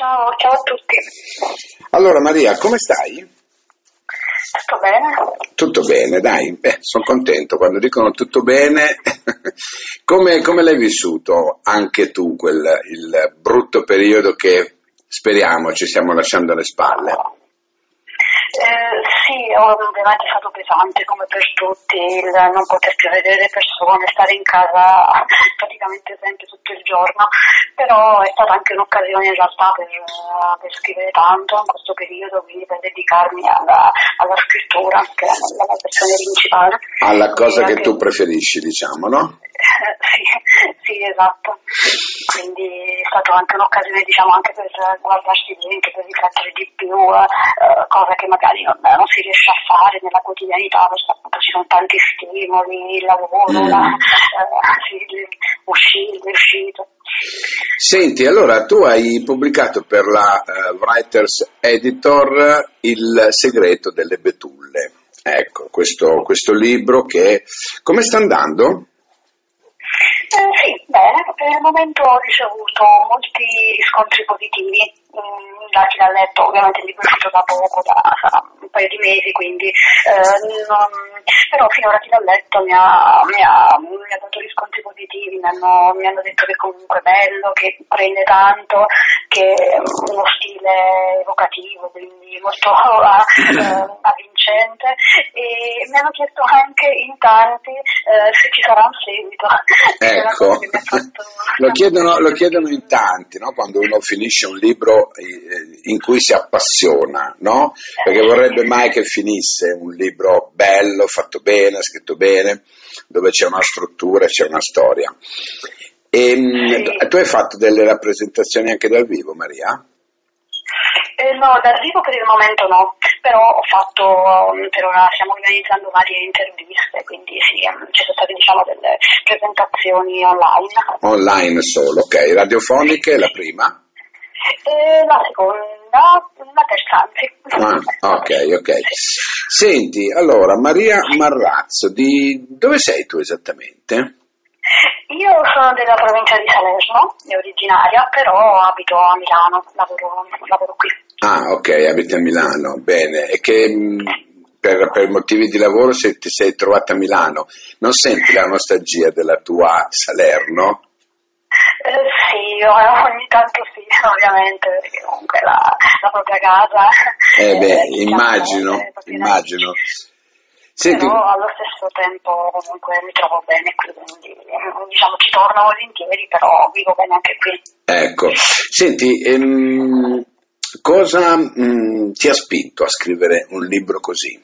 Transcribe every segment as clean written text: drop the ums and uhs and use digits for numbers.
Ciao, ciao a tutti. Allora Maria, come stai? Tutto bene? Tutto bene, dai, sono contento quando dicono tutto bene. Come l'hai vissuto anche tu il brutto periodo che speriamo ci stiamo lasciando alle spalle? Sì, ovviamente è stato pesante come per tutti il non poter più vedere le persone, stare in casa praticamente sempre tutto il giorno, però è stata anche un'occasione in realtà per scrivere tanto in questo periodo, quindi per dedicarmi alla scrittura, che è la mia passione principale. Alla cosa che Anche... tu preferisci, diciamo, no? Sì, sì, esatto. Quindi è stata anche un'occasione, diciamo, anche per guardarsi dentro, per riflettere di più, cosa che magari non si riesce a fare nella quotidianità, perché appunto ci sono tanti stimoli, il lavoro, sì, le uscite. Senti, allora tu hai pubblicato per la Writers Editor Il segreto delle betulle. Ecco, questo libro che... Come sta andando? Sì, bene, per il momento ho ricevuto molti riscontri positivi, da chi l'ha letto, ovviamente il libro è uscito da poco, sarà un paio di mesi, quindi però finora chi l'ha letto mi ha dato riscontri positivi, mi hanno detto che comunque è bello, che prende tanto, che è uno stile evocativo, quindi molto avvincente, e mi hanno chiesto anche in tanti se ci sarà un seguito. Ecco, lo chiedono in tanti, no? Quando uno finisce un libro in cui si appassiona, no? Perché vorrebbe mai che finisse un libro bello, fatto bene, scritto bene, dove c'è una struttura, c'è una storia. E tu hai fatto delle rappresentazioni anche dal vivo, Maria? No, dal vivo per il momento no, però ho fatto, per ora stiamo organizzando varie interviste, quindi sì, ci sono state diciamo delle presentazioni online. Online solo, ok. Radiofoniche la prima? La seconda, la terza anzi. Ok. Senti, allora, Maria Marrazzo, di dove sei tu esattamente? Io sono della provincia di Salerno, è originaria, però abito a Milano, lavoro qui. Ah, ok, abiti a Milano, bene. E che per motivi di lavoro ti sei trovata a Milano. Non senti la nostalgia della tua Salerno? Sì, ogni tanto sì, ovviamente, perché comunque la propria casa. Immagino. Senti, Però allo stesso tempo comunque mi trovo bene qui, quindi diciamo ci torno volentieri, però vivo bene anche qui. Ecco, senti, cosa ti ha spinto a scrivere un libro così?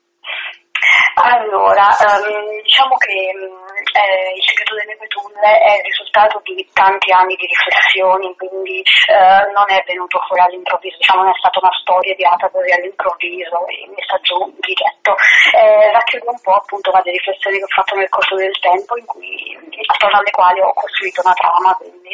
Allora, diciamo che Il segreto delle betulle è il risultato di tanti anni di riflessioni, quindi non è venuto fuori all'improvviso, diciamo non è stata una storia ideata così all'improvviso e mi sta giù di getto. Racchiude un po' appunto varie riflessioni che ho fatto nel corso del tempo, attorno alle quali ho costruito una trama, quindi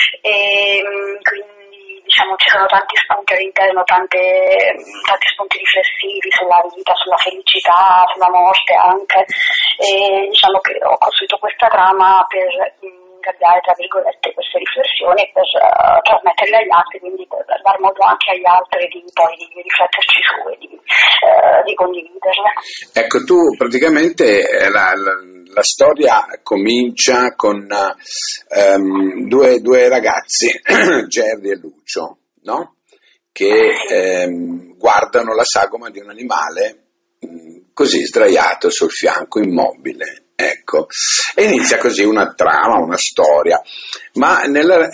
diciamo ci sono tanti spunti all'interno, tanti spunti riflessivi sulla vita, sulla felicità, sulla morte anche, e diciamo che ho costruito questa trama per ingaggiare tra virgolette queste riflessioni e per trasmetterle agli altri, quindi per dar modo anche agli altri di poi di rifletterci su e di condividerle. Ecco, tu praticamente la storia comincia con due ragazzi, Gerry e Lucio, no? Che guardano la sagoma di un animale così sdraiato sul fianco, immobile. Ecco, e inizia così una trama, una storia, ma nel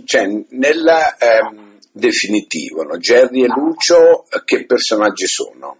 definitivo, no? Gerry e Lucio, che personaggi sono?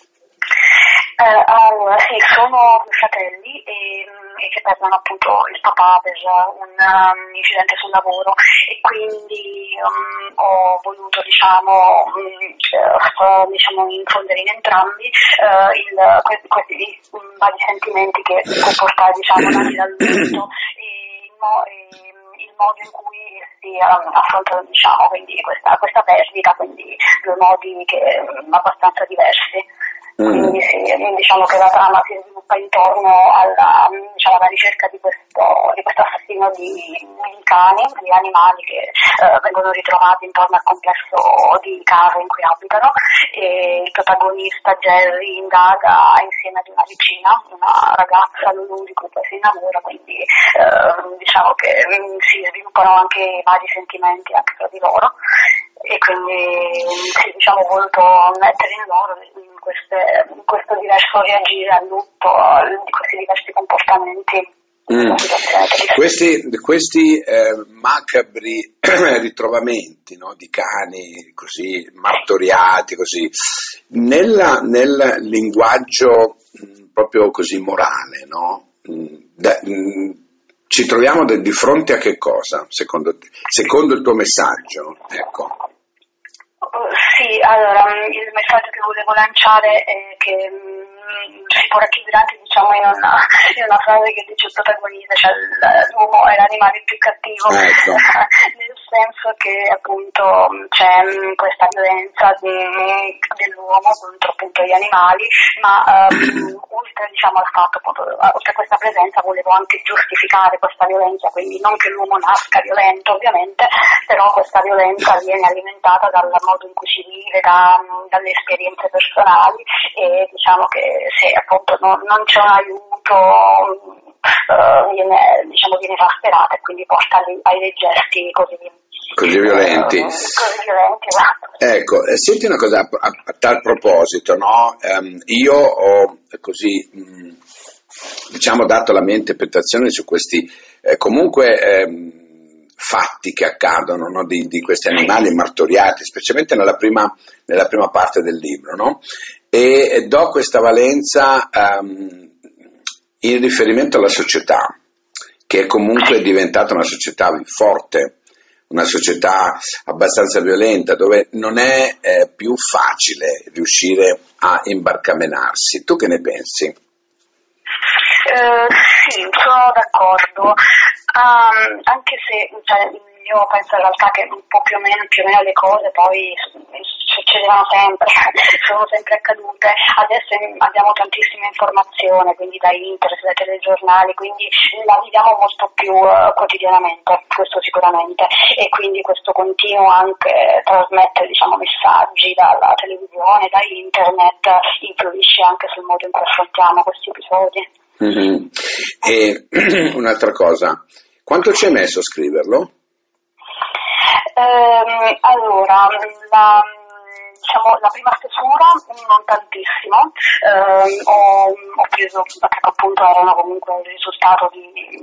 Allora, sì, sono due fratelli e che perdono appunto il papà per un incidente sul lavoro e quindi ho voluto diciamo infondere in entrambi questi vari sentimenti che può portare diciamo nati dal lutto e il modo in cui si affrontano diciamo quindi questa perdita, quindi due modi che abbastanza diversi. Quindi sì, diciamo che la trama si sviluppa intorno alla ricerca di questo assassino di cani, di animali che vengono ritrovati intorno al complesso di case in cui abitano, e il protagonista Jerry indaga insieme ad una vicina, una ragazza Lulu, di cui poi si innamora, quindi diciamo che si sviluppano anche vari sentimenti anche tra di loro, e quindi sì, diciamo voluto mettere in loro questo diverso reagire al lutto, di questi diversi comportamenti. Questi macabri ritrovamenti, no, di cani così martoriati, così nel linguaggio proprio così morale, no? Ci troviamo di fronte a che cosa, secondo te? Secondo il tuo messaggio, ecco. Sì, allora, il messaggio che volevo lanciare è che si può racchiudere anche, diciamo, in una frase che dice il protagonista, cioè l'uomo è l'animale più cattivo, ecco. Nel senso che appunto c'è questa violenza dell'uomo contro appunto gli animali, ma oltre, diciamo, al fatto, appunto, oltre a questa presenza volevo anche giustificare questa violenza, quindi non che l'uomo nasca violento ovviamente, però questa violenza viene alimentata dal modo in cui si vive, dalle esperienze personali, e diciamo che se appunto non c'è un aiuto viene esasperata, e quindi porta ai dei gesti così violenti. Esatto. Ecco, senti una cosa a tal proposito, no? Io ho così diciamo dato la mia interpretazione su questi fatti che accadono, no? di questi animali martoriati, specialmente nella prima parte del libro, no? E do questa valenza in riferimento alla società, che è comunque diventata una società forte, una società abbastanza violenta, dove non è più facile riuscire a imbarcamenarsi. Tu che ne pensi? Sì, sono d'accordo, anche se io penso in realtà che un po' più o meno le cose poi succedevano sempre, sono sempre accadute. Adesso abbiamo tantissime informazioni, quindi da internet, dai telegiornali, quindi la viviamo molto più quotidianamente, questo sicuramente, e quindi questo continuo anche trasmettere, diciamo, messaggi dalla televisione, da internet, influisce anche sul modo in cui affrontiamo questi episodi. Mm-hmm. E un'altra cosa, quanto ci hai messo a scriverlo? Allora, la prima stesura non tantissimo, ho preso, perché appunto erano comunque il risultato di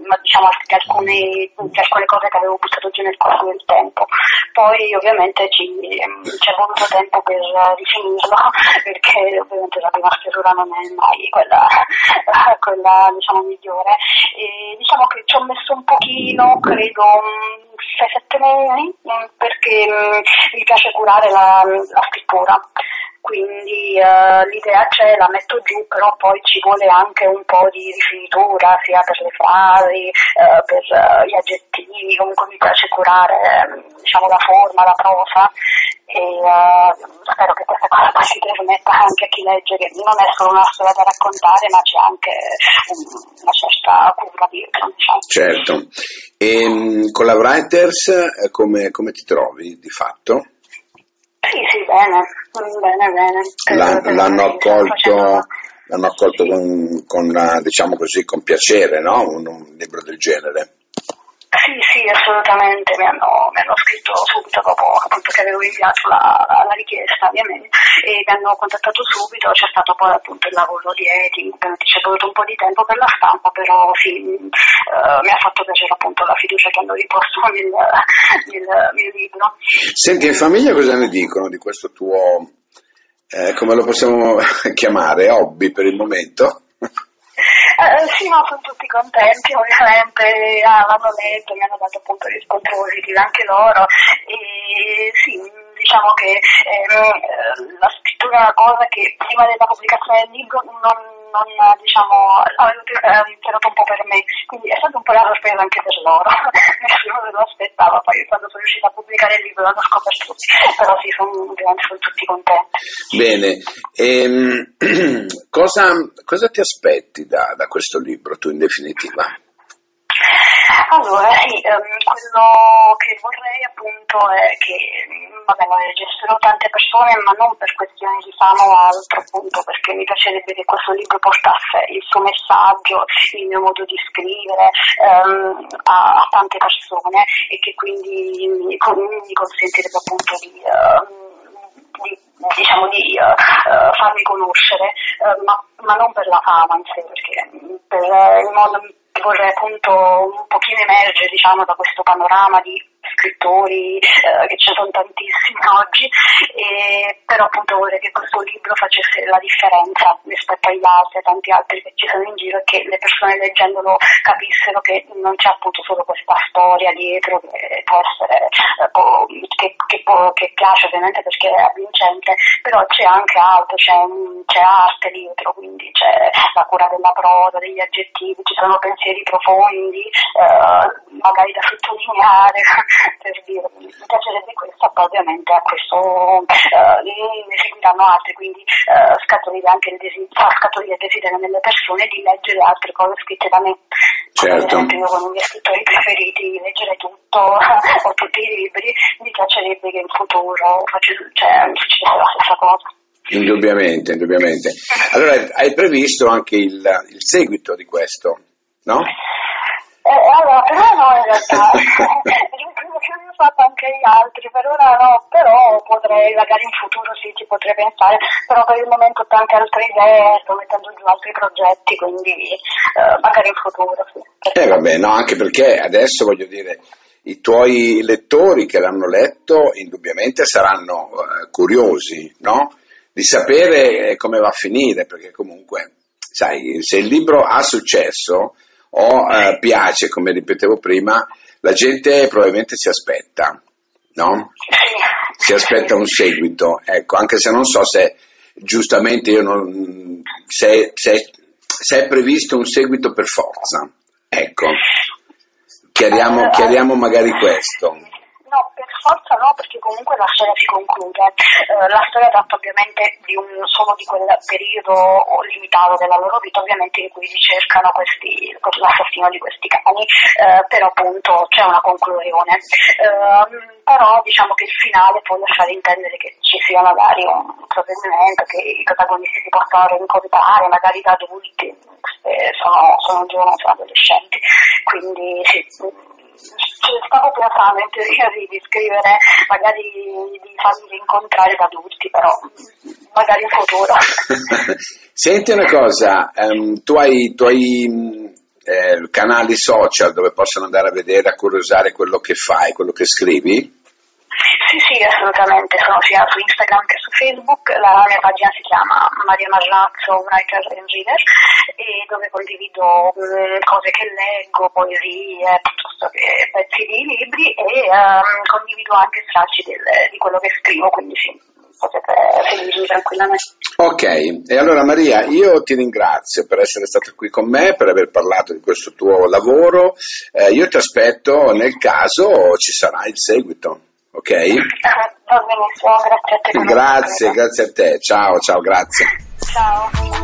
alcune cose che avevo buttato giù nel corso del tempo. Poi ovviamente c'è voluto tempo per rifinirlo, perché ovviamente la prima stesura non è mai quella diciamo migliore, e diciamo che ci ho messo un pochino, credo 6-7 mesi, perché mi piace curare la scrittura, quindi l'idea c'è, la metto giù, però poi ci vuole anche un po' di rifinitura, sia per le frasi, per gli aggettivi. Comunque mi piace curare diciamo la forma, la prosa, e spero che questa cosa poi si trasmetta anche a chi legge, che non è solo una storia da raccontare, ma c'è anche una certa cura dietro, diciamo. Certo. E con la Writers come ti trovi di fatto? Sì, bene. L'hanno accolto con diciamo così, con piacere, no? Un libro del genere. Sì, assolutamente, mi hanno scritto subito dopo appunto che avevo inviato la richiesta ovviamente, e mi hanno contattato subito. C'è stato poi appunto il lavoro di editing, ci è voluto un po' di tempo per la stampa, però sì, mi ha fatto piacere appunto la fiducia che hanno riposto nel libro. Senti, in famiglia cosa ne dicono di questo tuo, come lo possiamo chiamare, hobby per il momento? Sì, no, sono tutti contenti, ovviamente, l'hanno letto, mi hanno dato appunto riscontri positivi anche loro, e sì, diciamo che la scrittura è una cosa che prima della pubblicazione del libro non non diciamo, avevo tenuto un po' per me, quindi è stato un po' la sorpresa anche per loro, nessuno se lo aspettava, poi quando sono riuscita a pubblicare il libro l'hanno scoperto tutti, però sì, ovviamente sono tutti contenti. Bene, cosa ti aspetti da questo libro tu in definitiva? Allora, sì, quello che vorrei appunto è che lo leggessero tante persone, ma non per questioni di fama o altro, appunto perché mi piacerebbe che questo libro portasse il suo messaggio, il mio modo di scrivere a tante persone e che quindi mi consentirebbe appunto di farmi conoscere, ma non per la fama in sé, perché per il modo vorrei appunto un pochino emergere, diciamo, da questo panorama di scrittori, che ce ne sono tantissimi oggi, però appunto vorrei che questo libro facesse la differenza rispetto agli altri, a tanti altri che ci sono in giro, e che le persone leggendolo capissero che non c'è appunto solo questa storia dietro che può essere, che piace ovviamente perché è avvincente, però c'è anche altro, c'è arte dietro, quindi c'è la cura della prosa, degli aggettivi, ci sono pensieri profondi, magari da sottolineare, per dire, mi piacerebbe questo, poi ovviamente a questo ne seguiranno altri, quindi scaturire anche il desiderio nelle persone di leggere altre cose scritte da me. Certo. Per esempio io con i miei scrittori preferiti leggere tutto o tutti i libri, mi piacerebbe che in futuro succedesse la stessa cosa. Indubbiamente. Allora, hai previsto anche il seguito di questo, no? Allora, per ora no in realtà, ho fatto anche gli altri, per ora no, però potrei, magari in futuro sì, ci potrei pensare, però per il momento ho tante altre idee, sto mettendo giù altri progetti, quindi magari in futuro sì. Vabbè, no, anche perché adesso voglio dire, i tuoi lettori che l'hanno letto indubbiamente saranno curiosi, no? Di sapere come va a finire, perché comunque, sai, se il libro ha successo o piace, come ripetevo prima, la gente probabilmente si aspetta, no? Si aspetta un seguito, ecco, anche se non so se giustamente se è previsto un seguito per forza, ecco, chiariamo magari questo. No, per forza no, perché comunque la storia si conclude. La storia tratta ovviamente solo di quel periodo limitato della loro vita, ovviamente in cui ricercano l'assassino di questi cani, però appunto c'è una conclusione. Però diciamo che il finale può lasciare intendere che ci sia magari un proseguimento, che i protagonisti si possano rincontrare, magari da adulti, sono giovani, sono adolescenti, quindi sì. Stavo pensando in teoria di scrivere, magari di farmi rincontrare da adulti, però magari in futuro. Senti una cosa, tu hai i tuoi canali social dove possono andare a vedere, a curiosare quello che fai, quello che scrivi? Sì, assolutamente, sono sia su Instagram che su Facebook, la mia pagina si chiama Maria Marrazzo, Writer and Reader, e dove condivido cose che leggo, poesie, piuttosto che pezzi di libri, e condivido anche stracci di quello che scrivo, quindi sì, potete seguirmi tranquillamente. Ok, e allora Maria, io ti ringrazio per essere stata qui con me, per aver parlato di questo tuo lavoro, io ti aspetto nel caso ci sarà il seguito. Ok? Va benissimo, grazie a te. Grazie a te. Ciao, grazie. Ciao.